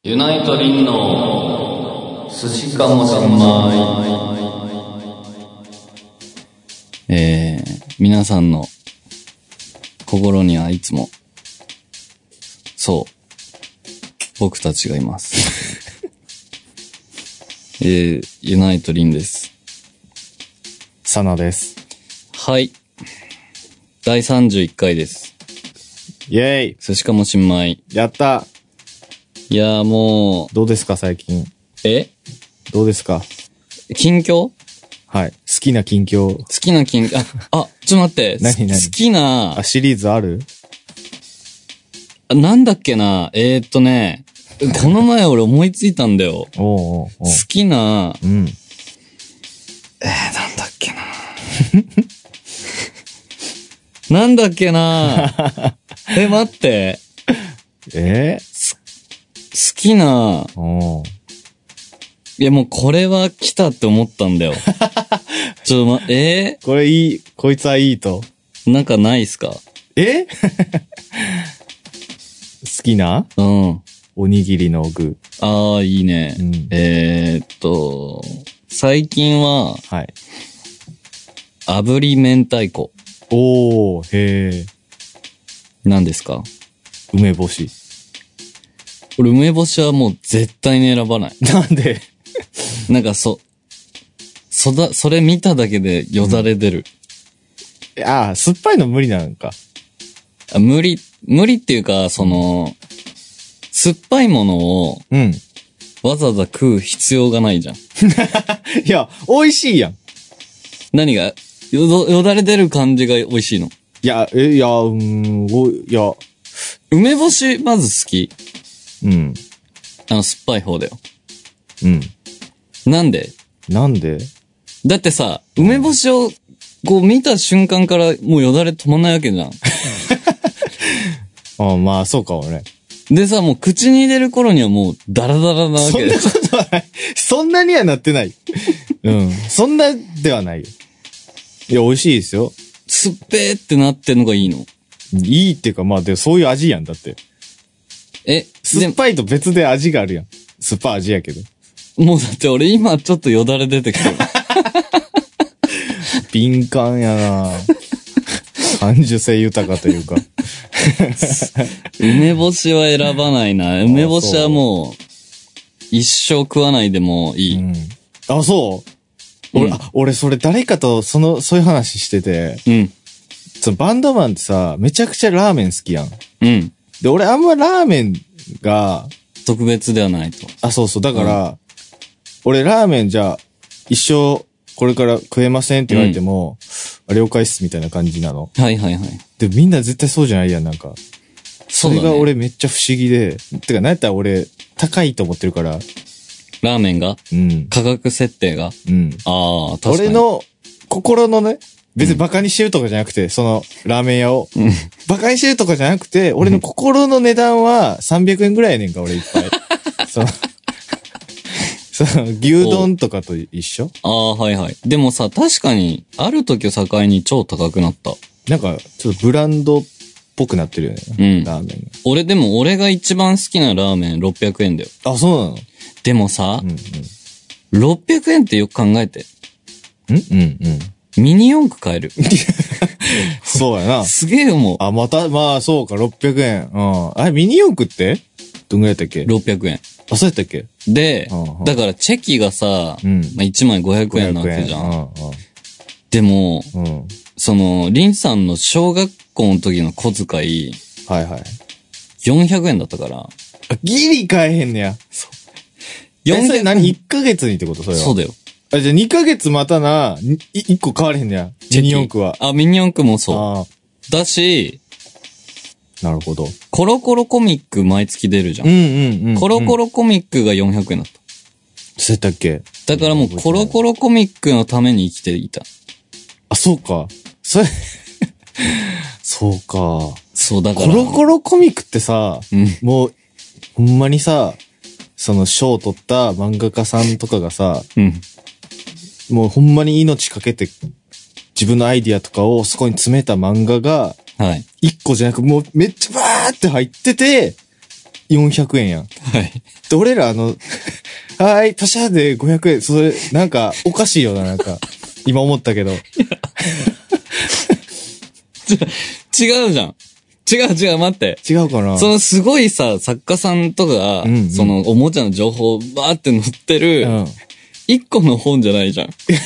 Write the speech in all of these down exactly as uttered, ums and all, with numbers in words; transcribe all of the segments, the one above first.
ユナイトリンの寿司かもしんまい。えー、皆さんの心にはいつも、そう、僕たちがいます。えー、ユナイトリンです。 サナです。 はい。だいさんじゅういっかいです。 イェーイ。 寿司かもしんまい。 やった。 いやーもう。 どうですか最近。 えどうですか近況？ はい。好きな近況。 好きな近況、あ、あ、ちょっと待って。 何何好きな、 あ、シリーズある？ あ、なんだっけな、えーっとね、この前俺思いついたんだよ。 おうおうおう。 好きな、 うん。 えー、なんだっけな。なんだっけな。え、待って。 えー、 好きな、 おう。 いやもうこれは来たって思ったんだよ。ちょっとま、えこれいい、こいつはいいと。 ー、なんかないっすか？ え好きなうん。 おにぎりの具。 ああ、いいね。 うん、 えーっと、最近は、 はい。 炙り明太子。 おー、へー。 何ですか？ 梅干し。 俺、梅干しはもう絶対に選ばない。 なんで？ なんかそ、そだ、それ見ただけでよだれ出る。 うん、ああ、酸っぱいの無理なのか。 あ、無理、無理っていうか、その、酸っぱいものを、 うん。 わざわざ食う必要がないじゃん。 いや、美味しいやん。 何が、よど、よだれ出る感じが美味しいの？ いや、え、いや、うーん、お、いや。 梅干し、まず好き？ うん。 あの、酸っぱい方だよ。 うん。なんでなんでだってさ、梅干しを、こう見た瞬間からもうよだれ止まんないわけじゃん。 ああ、まあ、そうかもね。 でさ、もう口に入れる頃にはもうダラダラなわけで。 そんなことはない。そんなにはなってない。うん。そんなではないよ。いや、美味しいですよ。 酸っぺーってなってんのがいいの？ いいっていうか、まあ、で、そういう味やん、だって。 え、 酸っぱいと別で味があるやん。酸っぱい味やけど。 もうだって俺今ちょっとよだれ出てきてる。 敏感やな感受性豊かというか。 梅干しは選ばないな。梅干しはもう、一生食わないでもいい。 うん、あ、そう、うん、俺、あ、俺それ誰かとその、そういう話してて。 うん。 そのバンドマンってさ、めちゃくちゃラーメン好きやん。 うん。 で、俺あんまラーメンが、 特別ではないと。 あ、そうそう。だから、うん、俺ラーメンじゃあ、一生これから食えませんって言われても、うん、了解っすみたいな感じなの。 はいはいはい。 で、みんな絶対そうじゃないやん、なんか。それが俺めっちゃ不思議で。ね、てか、なんやったら俺、高いと思ってるから。 ラーメンがうん。価格設定がうん。ああ、確かに。 俺の心のね、別にバカにしてるとかじゃなくて、うん、その、ラーメン屋を。うん、バカにしてるとかじゃなくて、俺の心の値段はさんびゃくえんぐらいやねんか、俺いっぱい。その、その、牛丼とかと一緒？ ああ、はいはい。でもさ、確かに、ある時を境に超高くなった。 なんか、ちょっとブランドっぽくなってるよね。うん。ラーメンが。 俺でも、俺が一番好きなラーメンろっぴゃくえんだよ。 あ、そうなの？ でもさ、うんうん、ろっぴゃくえんってよく考えて。 んうんうん。 ミニ四駆買える。 そうやな。 すげえよ、もう。 あ、また、まあ、そうか、ろっぴゃくえん。うん。あれ、ミニ四駆ってどんぐらいだったっけ ?ろっぴゃく円。 あ、そうやったっけで、うんうん、だからチェキがさ、うん、まあ、いちまいごひゃくえんなわけじゃん。うんうん、でも、うん、その、リンさんの小学校の時の小遣い、 はいはい。 よんひゃくえんだったから。あ、 ギリ買えへんねや。そう。よんひゃくえん何 ?いっ ヶ月にってことそれは。 そうだよ。 あ、じゃあにかげつ待たな、いっこ買われへんねや。ミニ四駆は。 あ、ミニ四駆もそう。あだし、 なるほど。 コロコロコミック毎月出るじゃん。うんうんうん、うん。コロコロコミックがよんひゃくえんだった。 そうやったっけ？ だからもうコロコロコミックのために生きていた。 あ、そうか。それ、そうか。 そうだから。 コロコロコミックってさ、うん、もう、ほんまにさ、その賞を取った漫画家さんとかがさ、うん、もうほんまに命かけて自分のアイディアとかをそこに詰めた漫画が、はい。いっこじゃなくもうめっちゃバーって入ってて、 よんひゃくえんやん。 はい。 で、俺らあの、はーい、パシャーでごひゃくえん、それ、なんか、おかしいよな、なんか。今思ったけど。 違うじゃん。違う違う、待って。 違うかな。 そのすごいさ、作家さんとかが、 うんうん、 そのおもちゃの情報バーって載ってる、一、うん、個の本じゃないじゃん。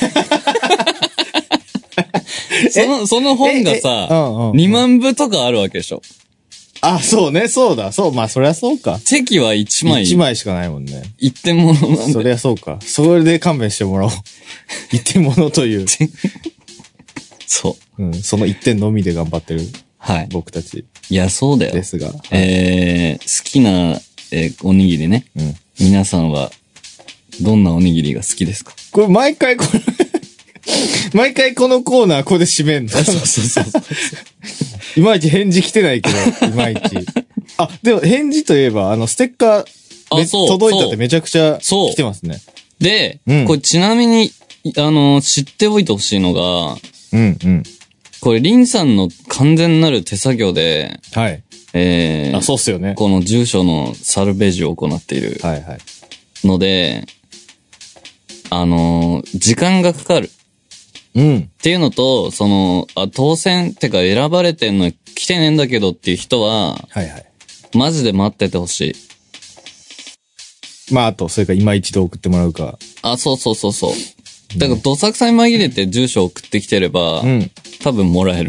その、その本がさ、うんうん、にまんぶとかあるわけでしょ。 あ、そうね、そうだ、そう、まあそりゃそうか。 チェキはいちまい。 いちまいしかないもんね。 一点物なんで。 そりゃそうか。それで勘弁してもらおう。一点物という。 そう。 うん、その一点のみで頑張ってる。はい。僕たち。 いや、そうだよ。 ですが。はい、 えー、好きな、えー、おにぎりね。うん。皆さんは、どんなおにぎりが好きですか？ これ毎回これ、毎回このコーナーここで締めんの。そうそうそうそう。いまいち返事来てないけど、いまいち。あ、でも返事といえば、あの、ステッカー、あ、そう。届いたってめちゃくちゃ来てますね。 で、うん、これちなみに、あの、知っておいてほしいのが、 うんうん。 これ、リンさんの完全なる手作業で、 はい。 えー、 あ、そうっすよね。 この住所のサルベージを行っている。 はいはい。 ので、あの、時間がかかる。 うん。 っていうのと、その、あ、当選ってか選ばれてんの来てねえんだけどっていう人は、 はいはい。 マジで待っててほしい。まあ、あと、それか今一度送ってもらうか。 あ、そうそうそうそう。だから、どさくさに紛れて住所送ってきてれば、うん、多分もらえる。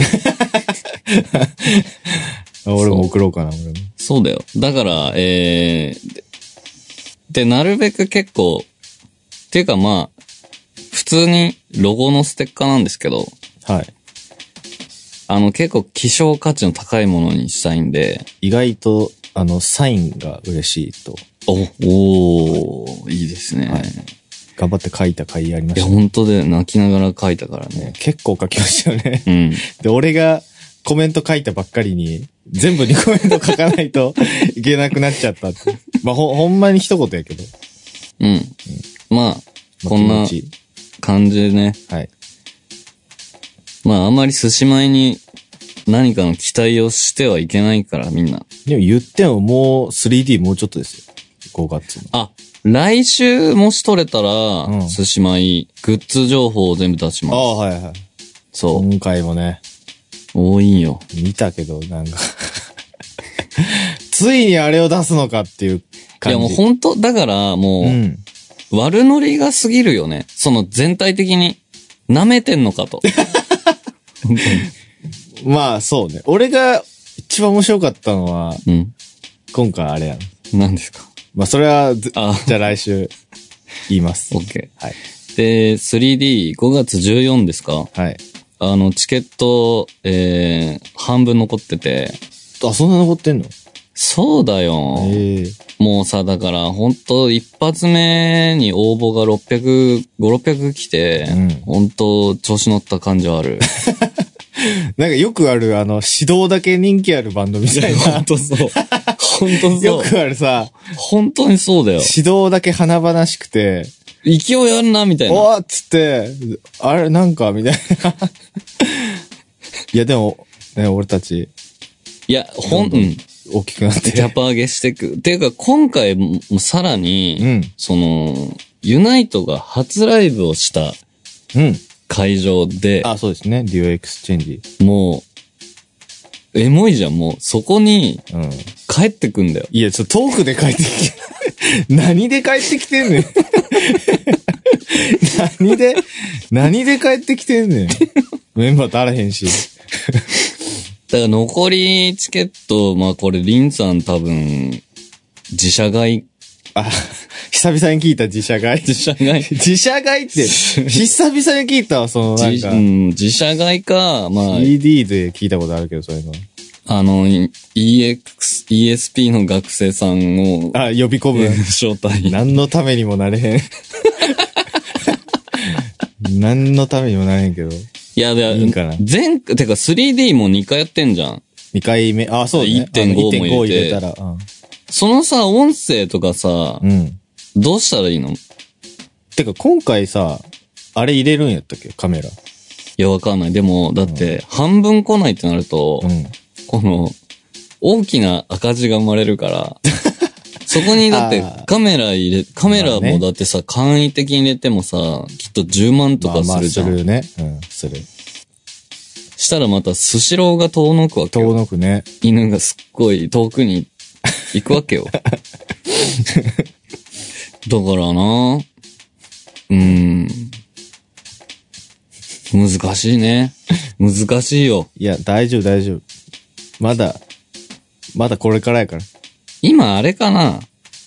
俺も送ろうかな、俺も。 そうだよ。だから、えー、で、なるべく結構、っていうかまあ、普通にロゴのステッカーなんですけど、 はい。 あの、結構希少価値の高いものにしたいんで、 意外と、あの、サインが嬉しいと。 お、おー、いいですね。はい。 頑張って書いた回ありました、 ね。いや、本当で泣きながら書いたからね。 結構書きましたよね。 うん。 で、俺がコメント書いたばっかりに、全部にコメント書かないといけなくなっちゃったって。まあ、ほ、ほんまに一言やけど。 うん。うん、まあ、こんな感じでね。 はい。 まあ、あんまり寿司前に何かの期待をしてはいけないから、みんな。 でも言ってももう スリーディー もうちょっとですよ。ごがつの。 あ、来週もし取れたら、うん、寿司米、グッズ情報を全部出します。ああ、はいはい。 そう。 今回もね。 多いよ。 見たけど、なんか。ついにあれを出すのかっていう感じ。 いやもう本当だからもう、うん、悪ノリが過ぎるよね。その全体的に。舐めてんのかと。 本当に。まあそうね。俺が一番面白かったのは、うん、今回あれやん。 何ですか？ まあそれは、じゃあ来週言います。 OK。はい。で、スリーディーごがつじゅうよっかですか？ はい。 あの、チケット、えー、半分残ってて。 あ、そんな残ってんの？ そうだよ。 へー。 もうさ、だから、ほんと、一発目に応募がろっぴゃく、ご、ろっぴゃく来て、うん、ほんと、調子乗った感じはある。 なんかよくある、あの、指導だけ人気あるバンドみたいな。 ほんとそう。ほんとそう。 よくあるさ。 本当にそうだよ。 指導だけ華々しくて。 勢いあるな、みたいな。 おーっつって、あれ、なんか、みたいな。いや、でも、ね、俺たち。 いや、ほん、うん。 大きくなって。 キャパ上げしていく。っていうか、今回もさらに、うん、その、ユナイトが初ライブをした会場で、 うん、あ、そうですね。デュオエクスチェンジ。 もう、エモいじゃん、もう。そこに、帰ってくんだよ。 いや、ちょっと遠くで帰ってきて、何で帰ってきてんねん。何で、何で帰ってきてんねん。メンバー足らへんし。 だから残りチケット、まあこれリンさん多分、自社買い。 あ、久々に聞いた自社買い。 自社買い。 自社買いって、久々に聞いたわ、そのなんか。 うん、自社買いか、まあ。 イーディー で聞いたことあるけど、そういうの。 あの、イーエックス、イーエスピー の学生さんを。 あ、呼び込む。 招待。 何のためにもなれへん。何のためにもなれへんけど。 いや、で、いいかな。前、てか スリーディー もにかいやってんじゃん。 にかいめ、あ、そうね。 いってんご も入れて。 いってんご入れたら、うん。 そのさ、音声とかさ、うん。どうしたらいいの？ てか、今回さ、あれ入れるんやったっけ？カメラ。いや、わかんない。でも、だって、半分来ないってなると、うん、この、大きな赤字が生まれるから、 そこにだってあーカメラ入れ、カメラまあねもだってさ、簡易的に入れてもさ、きっとじゅうまんとかするじゃん。 まあまあするね。うん、する。 したらまたスシローが遠のくわけ遠よ。 のくね。 犬がすっごい遠くに行くわけよ。だからな、うーん。難しいね。難しいよ。 いや、大丈夫、大丈夫。まだ、まだこれからやから。 今あれかな。 ん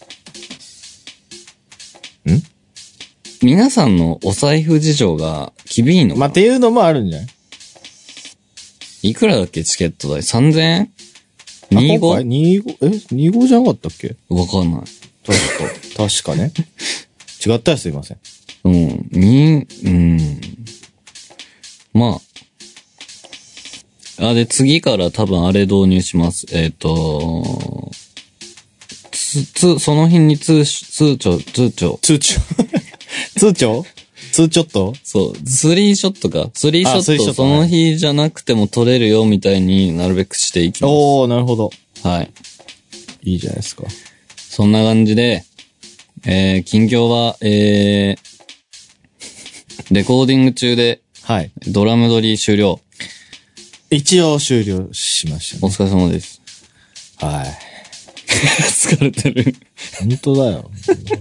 皆さんのお財布事情が厳しいのかな、 まあ、っていうのもあるんじゃないいくらだっけチケット代 ?さんぜんえんあ ?にじゅうご? 今回にじゅうご、え にじゅうご じゃなかったっけわかんない。 確か、確かね。違ったらすいません。 うん。に、うん。まあ。あ、で、次から多分あれ導入します。えっ、と、つ、つ、その日に通、通帳、通帳。 通帳通帳通ちょっとそう、スリーショットか。スリーショあスリーショットット、その日じゃなくても撮れるよみたいになるべくしていきます。 おー、なるほど。 はい。 いいじゃないですか。 そんな感じで、えー、近況は、えー、レコーディング中ではい。 ドラム撮り終了。 一応終了しましたね。 お疲れ様です。 はい。 疲れてる。 本当だよ。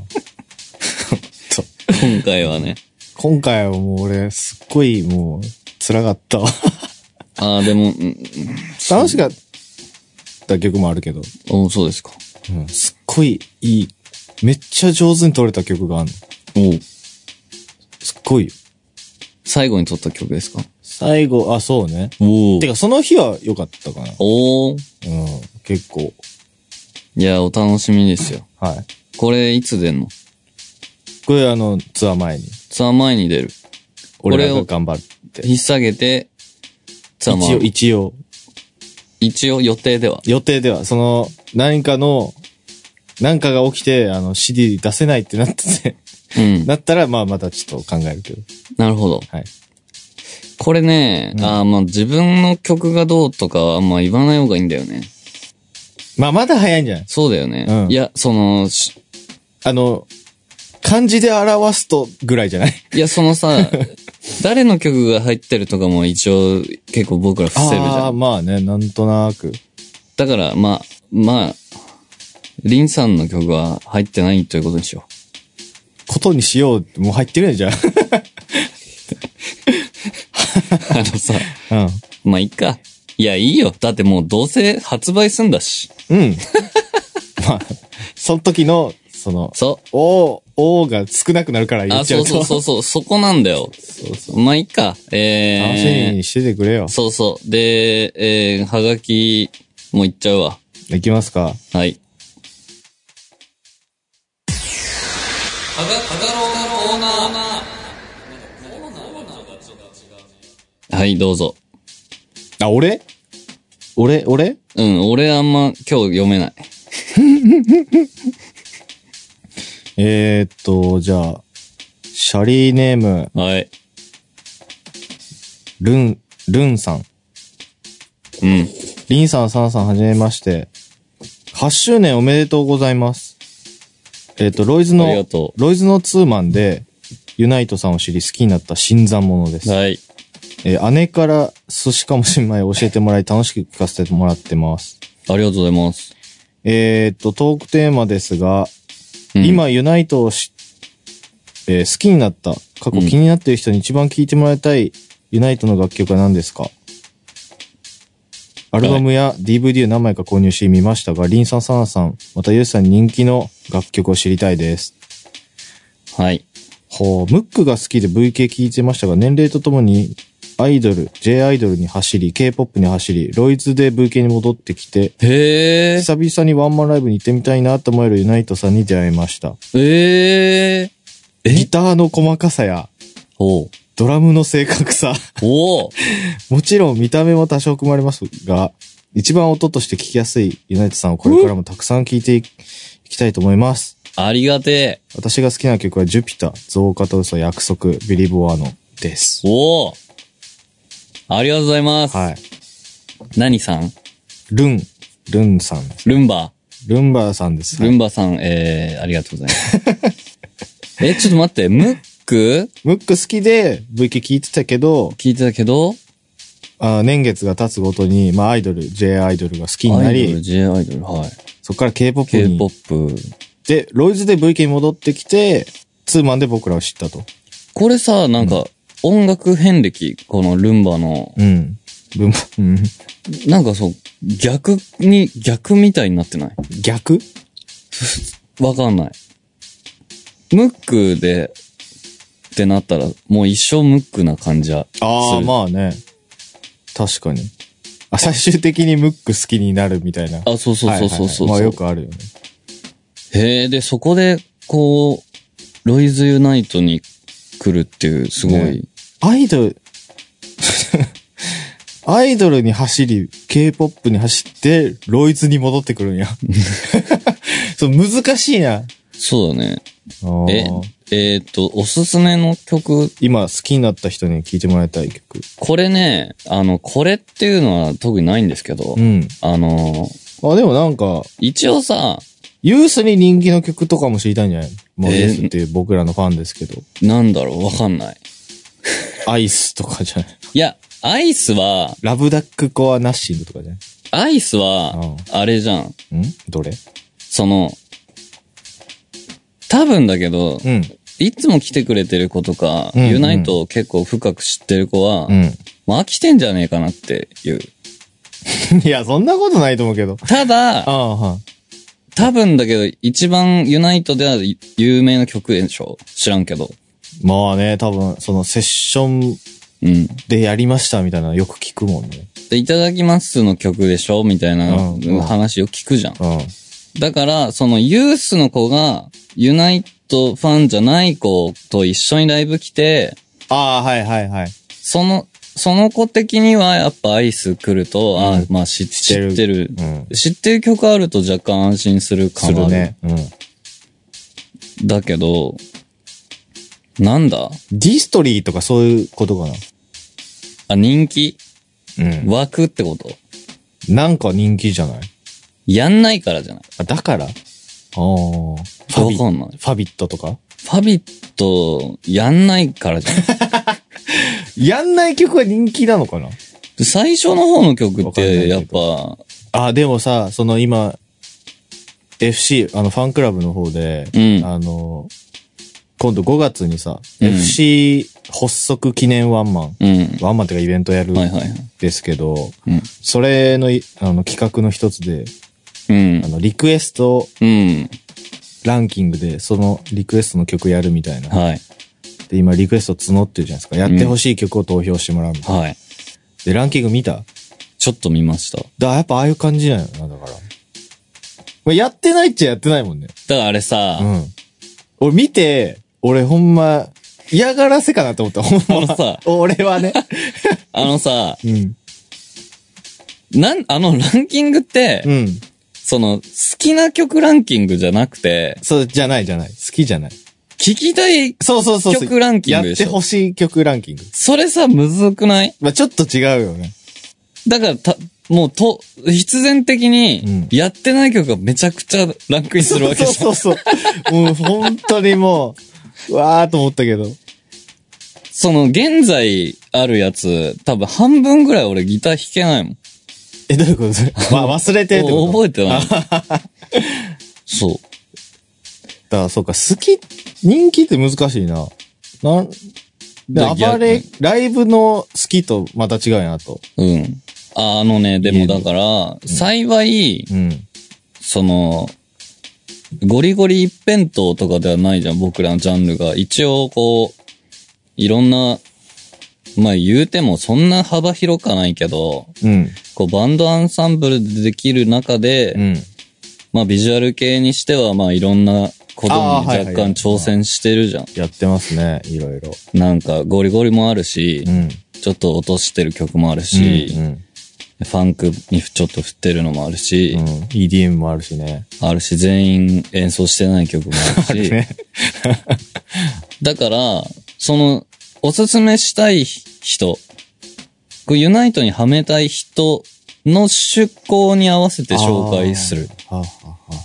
今回はね。 今回はもう俺、すっごいもう、辛かったわ。 ああ、でも、うん楽しかった曲もあるけど、 おそうですか。 うん、すっごいいい、めっちゃ上手に撮れた曲があるの。 おうすっごいよ。 最後に撮った曲ですか？ 最後、あ、そうね。 おおて。か、その日は良かったかな。 おお。 うん、結構。 いや、お楽しみですよ。 はい。 これ、いつ出んの？ これあの、ツアー前に。 ツアー前に出る。こ俺れをらが頑張って。 引っ提げて、ツアー前一応、一応、 一応予定では。 予定では、その、何かの、何かが起きて、あの、シーディー 出せないってなってて、 うん。 なったら、まあ、またちょっと考えるけど。 なるほど。 はい。 これね、 うんあーまあ自分の曲がどうとかはあんま言わない方がいいんだよね。 まあ、まだ早いんじゃないそうだよね。 うんいや、その、しあの、漢字で表すとぐらいじゃないいや、そのさ、誰の曲が入ってるとかも一応結構僕ら伏せるじああ、 ゃん。 まあね、なんとなく。 だから、まあ、まあ、リンさんの曲は入ってないということにしよことにしようってもう入ってるやんじゃん。 う。あのさ、 うん。 まあいいか。いや、いいよ。だってもうどうせ発売すんだし。 うん。まあ、その時の、その、 そおー、おーが少なくなるからう。あ、 言っちゃと。 そううそうそうそう、そこなんだよ。 そうそう。 まあいいか。えー、 楽しみにしててくれよ。 そうそう。で、えー、はがき、もういっちゃうわ。 いきますか。 はい。はが、はがろうのコーナー。はい、どうぞ。 あ、俺俺俺うん、俺あんま今日読めない。 えー、っと、じゃあ、シャリーネーム、 はい。 ルン、ルンさん。 うん。 リンさん、サナさん、はじめまして。はちしゅうねんおめでとうございます。えーっと、ロイズありがの、 とロイズのツーマンで、ユナイトさんを知り好きになった新参者です。 はい。 えー姉から寿司かもしんまい教えてもらい楽しく聞かせてもらってます。 ありがとうございます。 えーっと、トークテーマですが、 うん、 今ユナイトをし、えー好きになった、過去気になっている人に一番聴いてもらいたいユナイトの楽曲は何ですか？アルバムや ディーブイディー を何枚か購入し見ましたが、リンさん、サナさん、またユースさんに人気の楽曲を知りたいです。 はい。 ほう、ムックが好きで ブイケー 聴いてましたが、年齢とともにアイドル、J アイドルに走り、K-ポップ に走り、ロイズで ブイケー に戻ってきて、 へー。 久々にワンマンライブに行ってみたいなと思えるユナイトさんに出会いました。 えー。えギターの細かさや、 おう。 ドラムの正確さ、 おう。 もちろん見た目も多少組まれますが、一番音として聴きやすいユナイトさんをこれからもたくさん聴いていきたいと思います。 ありがて私が好きな曲はジュピター、増加と嘘、約束、ビリボアノですえ。。おう。ありがとうございます。 はい。 何さん？ ルン、ルンさんです。 ルンバ。 ルンバさんです。 ルンバさん、えー、ありがとうございます。え、ちょっと待って、ムックムック好きで ブイケー 聞いてたけど、 聞いてたけど、 あ年月が経つごとに、まあアイドル、J アイドルが好きになり、 アイドル、J アイドル、はい。 そっから K-ポップ に。 K-ポップ。 で、ロイズで ブイケー に戻ってきて、ツーマンで僕らを知ったと。 これさ、なんか、音楽遍歴、このルンバの。 うん。ルンバ、うん。 なんかそう、逆に、逆みたいになってない？ 逆わかんない。ムックで、ってなったら、もう一生ムックな感じはする。 ああ、まあね。確かに。あ、最終的にムック好きになるみたいな。 あ、そうそうそうそうそう。 はいはいはい、まあよくあるよね。 へえ、で、そこで、こう、ロイズユナイトに来るっていう、すごい。ね、 アイドル、アイドルに走り、K-ポップ に走って、ロイズに戻ってくるんや。そう、難しいな。 そうだね。え、えー、っと、おすすめの曲。 今好きになった人に聴いてもらいたい曲。 これね、あの、これっていうのは特にないんですけど、うん。あのー、あ、でもなんか、 一応さ、 ユースに人気の曲とかも知りたいんじゃないの？もうユースっていう僕らのファンですけど。 なんだろう、わかんない。 アイスとかじゃない？ いや、アイスは、 ラブダックコアナッシングとかじゃない？ アイスは、あれじゃん。ん？ どれ？その、多分だけど、うん、いつも来てくれてる子とか、うんうん、ユナイトを結構深く知ってる子は、うん、まあ飽きてんじゃねえかなっていう。 いや、そんなことないと思うけど。 ただ、ああは多分だけど、一番ユナイトでは有名な曲でしょ？知らんけど。 まあね、多分、そのセッションでやりましたみたいなのよく聞くもんね。 で、いただきますの曲でしょみたいな話を聞くじゃん。うんうん、だから、そのユースの子が、ユナイトファンじゃない子と一緒にライブ来て、 ああ、はいはいはい。 その、その子的にはやっぱアイス来ると、うん、ああ、まあ知知ってる、うん。知ってる曲あると若干安心するかも。するね。うん。だけど、なんだ？ ディストリーとかそういうことかな。 あ、人気？うん。枠ってこと？ なんか人気じゃない？ やんないからじゃない？ あ、だから？ああ。 わかんない。 ファビットとか？ ファビット、やんないからじゃないやんない曲は人気なのかな？ 最初の方の曲って、やっぱ。 あ、でもさ、その今、エフシー、あの、ファンクラブの方で、うん、あの、今度ごがつにさ、うん、エフシー 発足記念ワンマン。うん、ワンマンっていうかイベントやるんですけど、はいはいはい、それの、あの、企画の一つで、うん、あの、リクエスト、うんランキングでそのリクエストの曲やるみたいな。はい。で、今リクエスト募ってるじゃないですか。やってほしい曲を投票してもらうみたいな。うん、はい。で、ランキング見た？ ちょっと見ました。だからやっぱああいう感じなのな、だから。まあ、やってないっちゃやってないもんね。 だからあれさ、うん。 俺見て、俺ほんま、嫌がらせかなと思った。ほんま。あのさ、俺はね。 あのさ、うん。なん、あのランキングって、うん。その、好きな曲ランキングじゃなくて、 そう、じゃないじゃない。好きじゃない。 聞きたいそうそうそう。 曲ランキングでしょ。 やってほしい曲ランキング。 それさ、むずくない？ まあちょっと違うよね。 だから、た、もう、と、必然的に、やってない曲がめちゃくちゃランクインするわけじゃん。 そうそうそう。もう本当にもう、うわーと思ったけど。 その、現在あるやつ、多分半分ぐらい俺ギター弾けないもん。 え、どういうこと？まあ、忘れてるってこと？ 覚えてない。そう。 だから、そうか、好き、人気って難しいな。なん、で、暴れ、ライブの好きとまた違うなと。 うん。あのね、でもだから、幸い、うん、その、ゴリゴリ一辺倒とかではないじゃん、僕らのジャンルが。一応、こう、いろんな、まあ言うてもそんな幅広かないけど、うん、こうバンドアンサンブルでできる中で、うん、まあビジュアル系にしてはまあいろんなことに若干挑戦してるじゃん。 やってますね、いろいろ。 なんかゴリゴリもあるし、うん、ちょっと落としてる曲もあるし、うんうん、ファンクにちょっと振ってるのもあるし、うん、イーディーエム もあるしね。 あるし、全員演奏してない曲もあるし。ね、だから、その、おすすめしたい人、ユナイトにはめたい人の出向に合わせて紹介する。はあはあは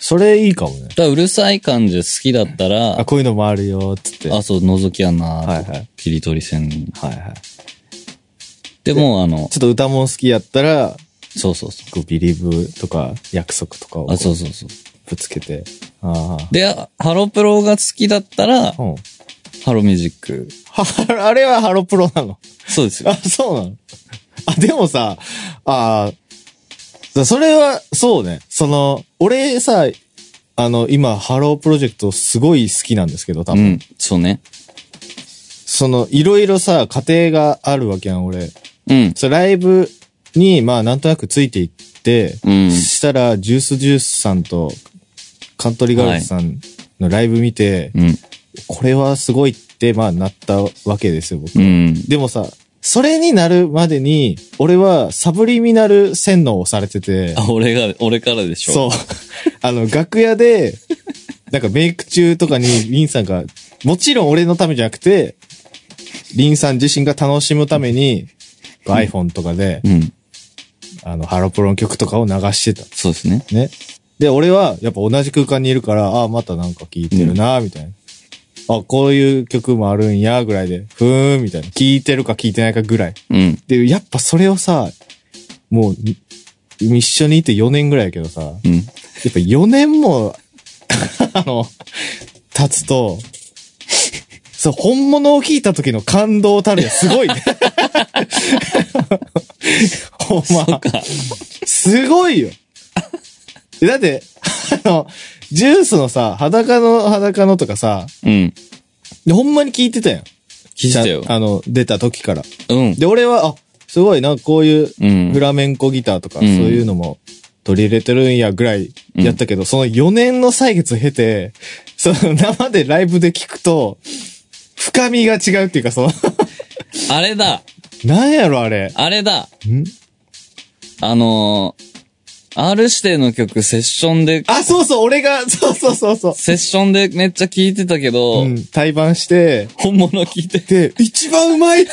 それいいかもね。 だからうるさい感じ好きだったら、 あ、こういうのもあるよ、つって。 あ、そう、覗き穴、 はいはい。 切り取り線。 はいはい。 でも、あの、 ちょっと歌も好きやったら、 そうそうそこうビリブとか約束とかをう。あ、そうそうそう。 ぶつけて。ああ。 で、ハロプロが好きだったら、 うん。 ハロミュージック。 は、あれはハロプロなの。 そうですよ。 あ、そうなの。あ、でもさ、ああ、それは、そうね。その、俺さ、あの、今、ハロープロジェクトすごい好きなんですけど、多分。 うん、そうね。 その、いろいろさ、家庭があるわけやん、俺。 うん。 そライブに、まあ、なんとなくついていって、 うん。 したら、ジュースジュースさんと、カントリーガールズさんのライブ見て、 うん。 これはすごいって、まあ、なったわけですよ、僕は。 うん。 でもさ、それになるまでに、俺はサブリミナル洗脳をされてて。 あ、俺が、俺からでしょ。 そう。あの、楽屋で、なんかメイク中とかにリンさんが、もちろん俺のためじゃなくて、リンさん自身が楽しむために、うん、iPhone とかで、 うん。 あの、ハロプロの曲とかを流してた。 そうですね。 ね。で、俺は、やっぱ同じ空間にいるから、ああ、またなんか聴いてるな、みたいな。あ、こういう曲もあるんや、ぐらいで、ふーん、みたいな。聴いてるか聴いてないかぐらい。 うん。 で、やっぱそれをさ、もう、一緒にいてよねんぐらいやけどさ、 うん。 やっぱよねんも、あの、経つと、そう、本物を聞いた時の感動たるや、すごいね。ほんま。 そうか。 すごいよ。だって、あの、ジュースのさ、裸の裸のとかさ、 うん。 でほんまに聞いてたやん。 聞いてたよ。 あの、出た時から。 うん。 で、俺は、あ、すごいな、こういううん。 フラメンコギターとか、 うんそういうのも取り入れてるんやぐらいやったけど、うん、そのよねんの歳月経て、その生でライブで聞くと、深みが違うっていうか、そのあれだ。 なんやろ、あれ。 あれだ。 んあのー、R 指定の曲セッションで。 あ、そうそう、俺が、そうそうそうそう。 セッションでめっちゃ聴いてたけど、 うん、対バンして、 本物聴いて。 で、一番うまい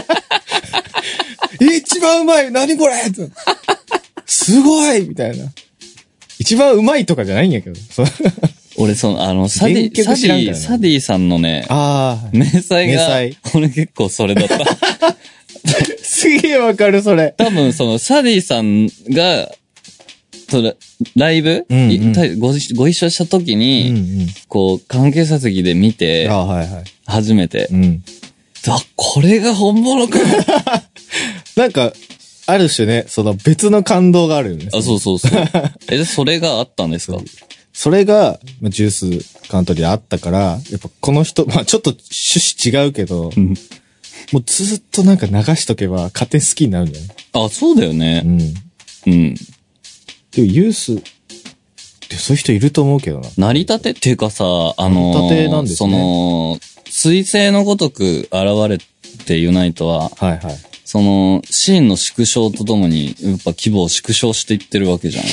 一番うまい何これすごいみたいな。一番うまいとかじゃないんやけど。 俺、その、あの、サディ、サディ、サディさんのね、 ああ。 明細が、 明細俺結構それだった。 すげえわかる、それ。 多分、その、サディさんが、それ、ライブ、 うんうんご、ご一緒した時に、 うんうん、 こう、関係者席で見て、 あはいはい、 初めて、 うん、 あ、これが本物か。 なんか、ある種ね、その別の感動があるよね。 あ、そうそうそう。え、それがあったんですか？ それが、ジュースカントリーであったから、やっぱこの人、まあちょっと趣旨違うけど、 うん、 もうずっとなんか流しとけば勝手に好きになるんだよね。 あ、そうだよね。 うん。 うん。 でもユース、ってそういう人いると思うけどな。 成り立てっていうかさ、あのー、 成り立てなんですね。 その、彗星のごとく現れてユナイトは、 はいはい。 その、シーンの縮小とともに、やっぱ規模を縮小していってるわけじゃん。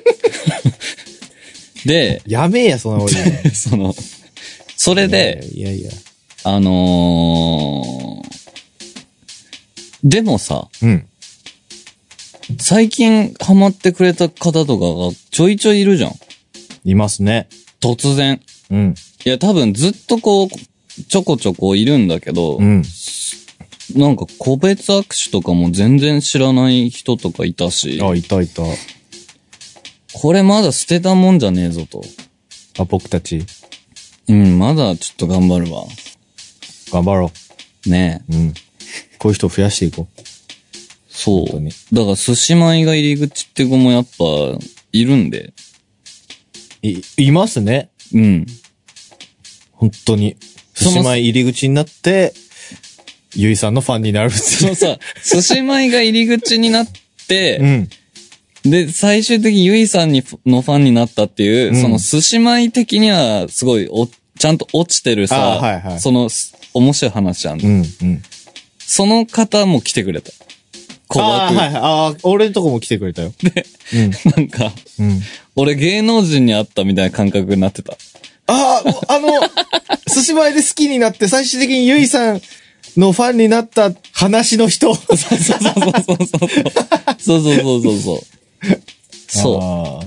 で、 やめえや、その俺。 その、それで、 いやいや。 あのー、でもさ、 うん。 最近ハマってくれた方とかがちょいちょいいるじゃん。 いますね。 突然。 うん。 いや、多分ずっとこう、ちょこちょこいるんだけど、 うん。 なんか個別握手とかも全然知らない人とかいたし。 あ、いたいた。 これまだ捨てたもんじゃねえぞと。 あ、僕たち。 うん、まだちょっと頑張るわ。 頑張ろう。ねえ。うん。こういう人増やしていこう。 そう。だから寿司米が入り口って子もやっぱ、いるんで。 い、いますね。 うん。 本当に。寿司米入り口になって、ゆいさんのファンになる。 そのさ、寿司米が入り口になって、 うん。 で、最終的にゆいさんにのファンになったっていう、うん、その寿司米的にはすごいお、ちゃんと落ちてるさ、 はいはい、 その面白い話じゃん。 うんうん。 その方も来てくれた。 ああ、はいはい。ああ、俺のとこも来てくれたよ。 で、うん、なんか、うん、俺芸能人に会ったみたいな感覚になってた。 ああ、あの、寿司米で好きになって最終的にゆいさんのファンになった話の人。 そうそうそうそうそうそう。そうそうそうそうそう。そう。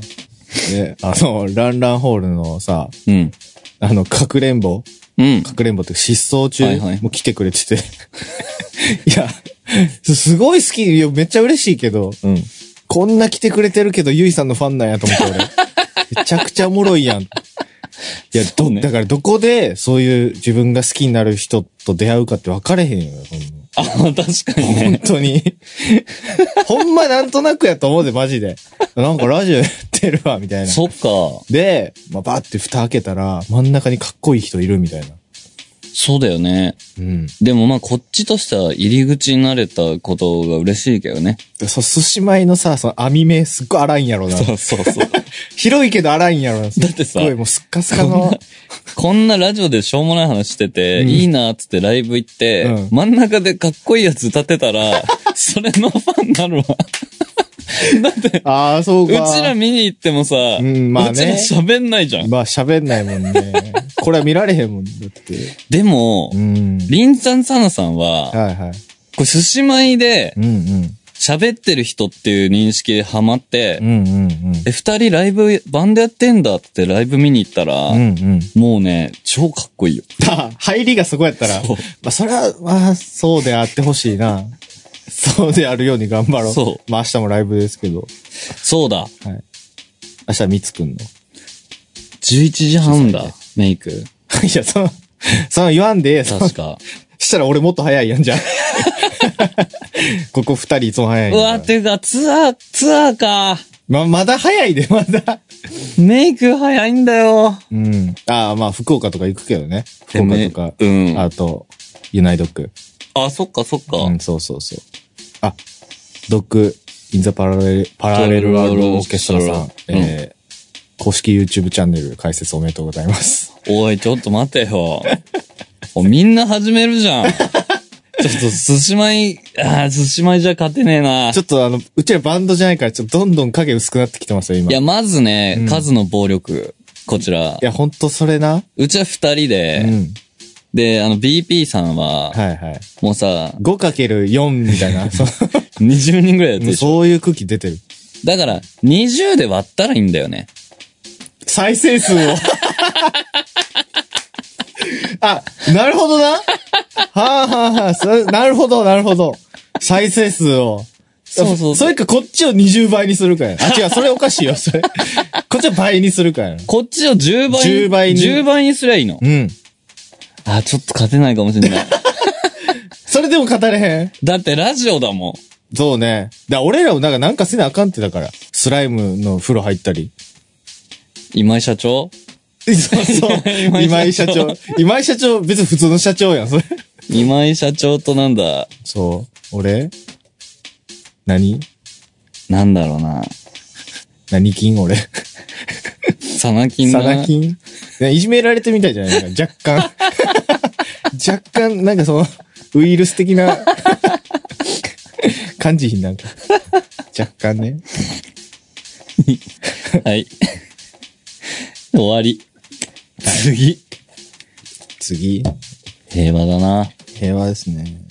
で、あの、ランランホールのさ、 うん。 あの、かくれんぼうん。 かくれんぼって失踪中はいはいも来てくれてて。いや、すごい好き。いや、めっちゃ嬉しいけど、うん。こんな来てくれてるけど、ゆいさんのファンなんやと思って俺。めちゃくちゃおもろいやん。いや、ど、ね、だからどこでそういう自分が好きになる人と出会うかって分かれへんよ。 あ、確かにね。 本当に。ほんまなんとなくやと思うで、マジで。なんかラジオやってるわ、みたいな。 そっか。 で、まあ、バーって蓋開けたら、真ん中にかっこいい人いるみたいな。 そうだよね。 うん。 でもまあこっちとしては入り口になれたことが嬉しいけどね。 そう、寿司米のさ、その網目すっごい荒いんやろな。 そうそうそう。 広いけど荒いんやろな。 だってさ、 すごいもうすっかすかの。 こんなラジオでしょうもない話してて、うん、いいなーっつってライブ行って、うん、真ん中でかっこいいやつ歌ってたら、それのファンになるわ。だって、 ああ、そうか。 うちら見に行ってもさ、うん、まあね、うちら喋んないじゃん。 まあ喋んないもんね。これは見られへんもんだって。 でも、うん、リンちゃんサナさんは、はいはい。これ寿司米で、うんうん。喋ってる人っていう認識でハマって、うんうんうん、え、二人ライブ、バンドやってんだってライブ見に行ったら、うんうん、もうね、超かっこいいよ。 入りがそこやったら、まあそれは、まあそうであってほしいな。そうであるように頑張ろう。そう。まあ明日もライブですけど。 そうだ。はい。 明日はみつくんの。 じゅういちじはんだ、メイク。 いや、その、その言わんで、 確か。 したら俺もっと早いやんじゃん。ここ二人いつも早いんうわ、てか、ツアー、ツアーか。 ま、まだ早いで、まだ。 メイク早いんだよ。 うん。ああ、まあ、福岡とか行くけどね。福岡とか。うん。あと、ユナイドッグ。 あ、そっかそっか。 うん、そうそうそう。あ、ドッグ、インザパラレル、パラレルワールドオーケストラさん。うん、えー、公式 YouTube チャンネル開設おめでとうございます。 おい、ちょっと待てよ。みんな始めるじゃん。ちょっと寿司米、ああ、寿司米じゃ勝てねえな。 ちょっとあの、うちらバンドじゃないから、ちょっとどんどん影薄くなってきてますよ、今。 いや、まずね、うん、数の暴力。こちら。 いや、ほんとそれな。 うちは二人で、うん、で、あの、ビーピー さんは、はいはい。もうさ、 ごかけるよん みたいな。 にじゅうにんぐらいやってるでしょ。 そういう空気出てる。 だから、にじゅうで割ったらいいんだよね。 再生数を。あ、なるほどな。はあはあはあ、そなるほど、なるほど。再生数を。そうそうそう。それかこっちをにじゅうばいにするかや。あ、違う、それおかしいよ、それ。こっちを倍にするかや。 こっちをじゅうばいに。 じゅうばいに。 じゅうばいにすりゃいいの。うん。あ、ちょっと勝てないかもしれない。 それでも語れへん。 だってラジオだもん。 そうね。だ俺らもなんかなんかせなあかんってだから。スライムの風呂入ったり。 今井社長そうそう。今井社長。今井社長、別に普通の社長やん、それ。 今井社長となんだ。 そう。俺何なんだろうな。 何金俺。 サナ金な。 サナ金いじめられてみたいじゃないですか、若干。若干、なんかその、ウイルス的な感じひんなんか。若干ね。 はい。終わり。次。 次。 平和だな。 平和ですね。